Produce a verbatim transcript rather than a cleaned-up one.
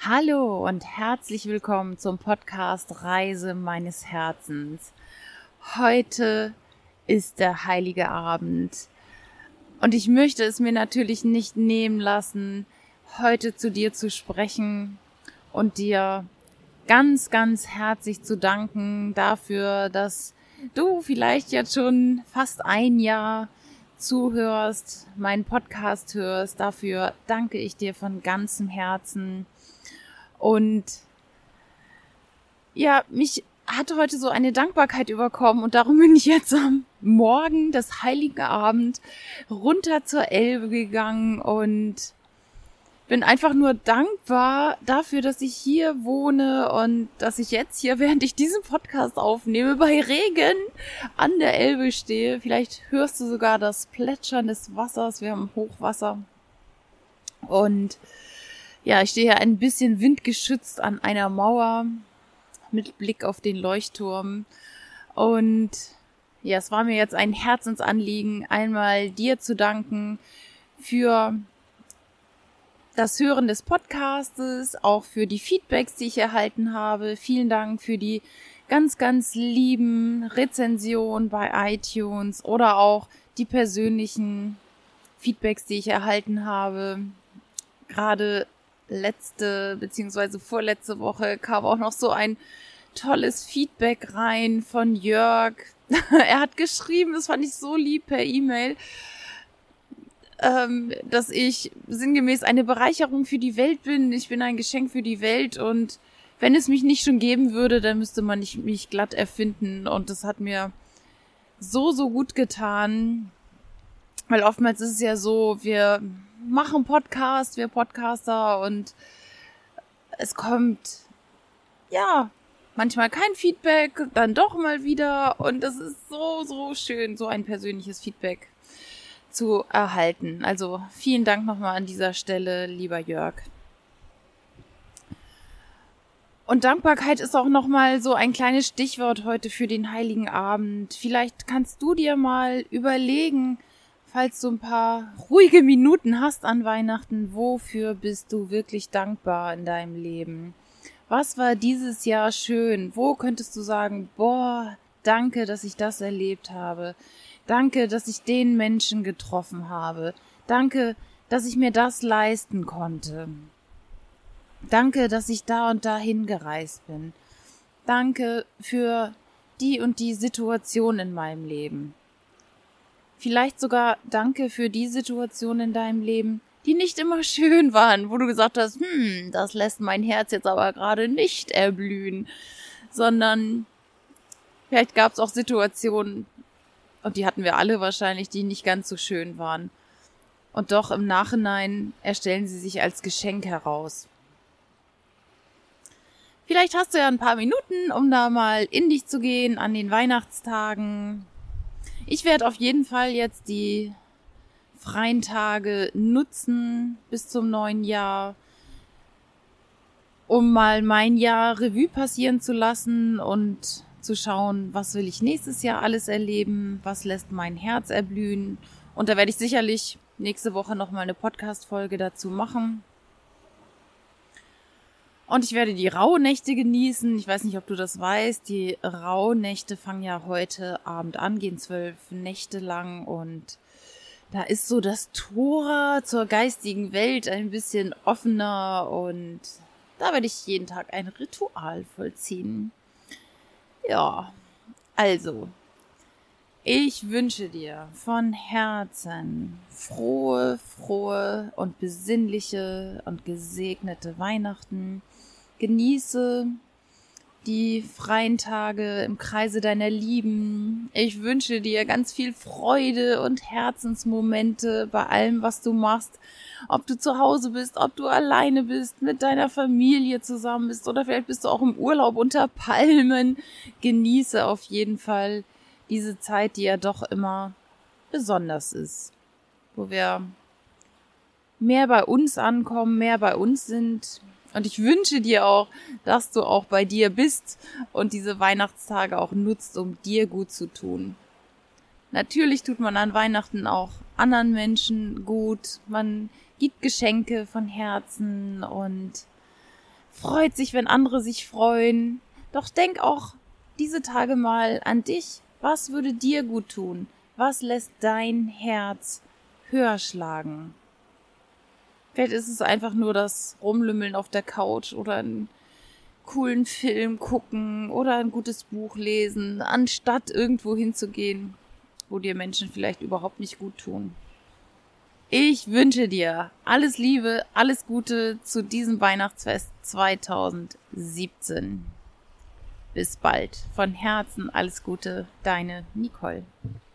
Hallo und herzlich willkommen zum Podcast Reise meines Herzens. Heute ist der heilige Abend und ich möchte es mir natürlich nicht nehmen lassen, heute zu dir zu sprechen und dir ganz, ganz herzlich zu danken dafür, dass du vielleicht jetzt schon fast ein Jahr zuhörst, meinen Podcast hörst. Dafür danke ich dir von ganzem Herzen. Und ja, mich hat heute so eine Dankbarkeit überkommen und darum bin ich jetzt am Morgen des Heiligen Abend runter zur Elbe gegangen und bin einfach nur dankbar dafür, dass ich hier wohne und dass ich jetzt hier, während ich diesen Podcast aufnehme, bei Regen an der Elbe stehe. Vielleicht hörst du sogar das Plätschern des Wassers. Wir haben Hochwasser. Und ja, ich stehe hier ein bisschen windgeschützt an einer Mauer mit Blick auf den Leuchtturm. Und ja, es war mir jetzt ein Herzensanliegen, einmal dir zu danken für das Hören des Podcastes, auch für die Feedbacks, die ich erhalten habe. Vielen Dank für die ganz, ganz lieben Rezensionen bei iTunes oder auch die persönlichen Feedbacks, die ich erhalten habe. Gerade letzte beziehungsweise vorletzte Woche kam auch noch so ein tolles Feedback rein von Jörg. Er hat geschrieben, das fand ich so lieb per E-Mail, ähm, dass ich sinngemäß eine Bereicherung für die Welt bin. Ich bin ein Geschenk für die Welt und wenn es mich nicht schon geben würde, dann müsste man nicht mich glatt erfinden. Und das hat mir so, so gut getan, weil oftmals ist es ja so, wir machen Podcast, wir Podcaster und es kommt, ja, manchmal kein Feedback, dann doch mal wieder und das ist so, so schön, so ein persönliches Feedback zu erhalten. Also vielen Dank nochmal an dieser Stelle, lieber Jörg. Und Dankbarkeit ist auch nochmal so ein kleines Stichwort heute für den Heiligen Abend. Vielleicht kannst du dir mal überlegen, falls du ein paar ruhige Minuten hast an Weihnachten, wofür bist du wirklich dankbar in deinem Leben? Was war dieses Jahr schön? Wo könntest du sagen, boah, danke, dass ich das erlebt habe. Danke, dass ich den Menschen getroffen habe. Danke, dass ich mir das leisten konnte. Danke, dass ich da und da hingereist bin. Danke für die und die Situation in meinem Leben. Vielleicht sogar danke für die Situation in deinem Leben, die nicht immer schön waren, wo du gesagt hast, hm, das lässt mein Herz jetzt aber gerade nicht erblühen, sondern vielleicht gab es auch Situationen, und die hatten wir alle wahrscheinlich, die nicht ganz so schön waren. Und doch im Nachhinein erstellen sie sich als Geschenk heraus. Vielleicht hast du ja ein paar Minuten, um da mal in dich zu gehen an den Weihnachtstagen. Ich werde auf jeden Fall jetzt die freien Tage nutzen bis zum neuen Jahr, um mal mein Jahr Revue passieren zu lassen und zu schauen, was will ich nächstes Jahr alles erleben, was lässt mein Herz erblühen. Und da werde ich sicherlich nächste Woche nochmal eine Podcast-Folge dazu machen. Und ich werde die Rauhnächte genießen. Ich weiß nicht, ob du das weißt. Die Rauhnächte fangen ja heute Abend an, gehen zwölf Nächte lang. Und da ist so das Tor zur geistigen Welt ein bisschen offener. Und da werde ich jeden Tag ein Ritual vollziehen. Ja, also, ich wünsche dir von Herzen frohe, frohe und besinnliche und gesegnete Weihnachten. Genieße die freien Tage im Kreise deiner Lieben. Ich wünsche dir ganz viel Freude und Herzensmomente bei allem, was du machst. Ob du zu Hause bist, ob du alleine bist, mit deiner Familie zusammen bist oder vielleicht bist du auch im Urlaub unter Palmen. Genieße auf jeden Fall diese Zeit, die ja doch immer besonders ist, wo wir mehr bei uns ankommen, mehr bei uns sind. Und ich wünsche dir auch, dass du auch bei dir bist und diese Weihnachtstage auch nutzt, um dir gut zu tun. Natürlich tut man an Weihnachten auch anderen Menschen gut. Man gibt Geschenke von Herzen und freut sich, wenn andere sich freuen. Doch denk auch diese Tage mal an dich. Was würde dir gut tun? Was lässt dein Herz höher schlagen? Vielleicht ist es einfach nur das Rumlümmeln auf der Couch oder einen coolen Film gucken oder ein gutes Buch lesen, anstatt irgendwo hinzugehen, wo dir Menschen vielleicht überhaupt nicht gut tun. Ich wünsche dir alles Liebe, alles Gute zu diesem Weihnachtsfest zwanzig siebzehn. Bis bald. Von Herzen alles Gute, deine Nicole.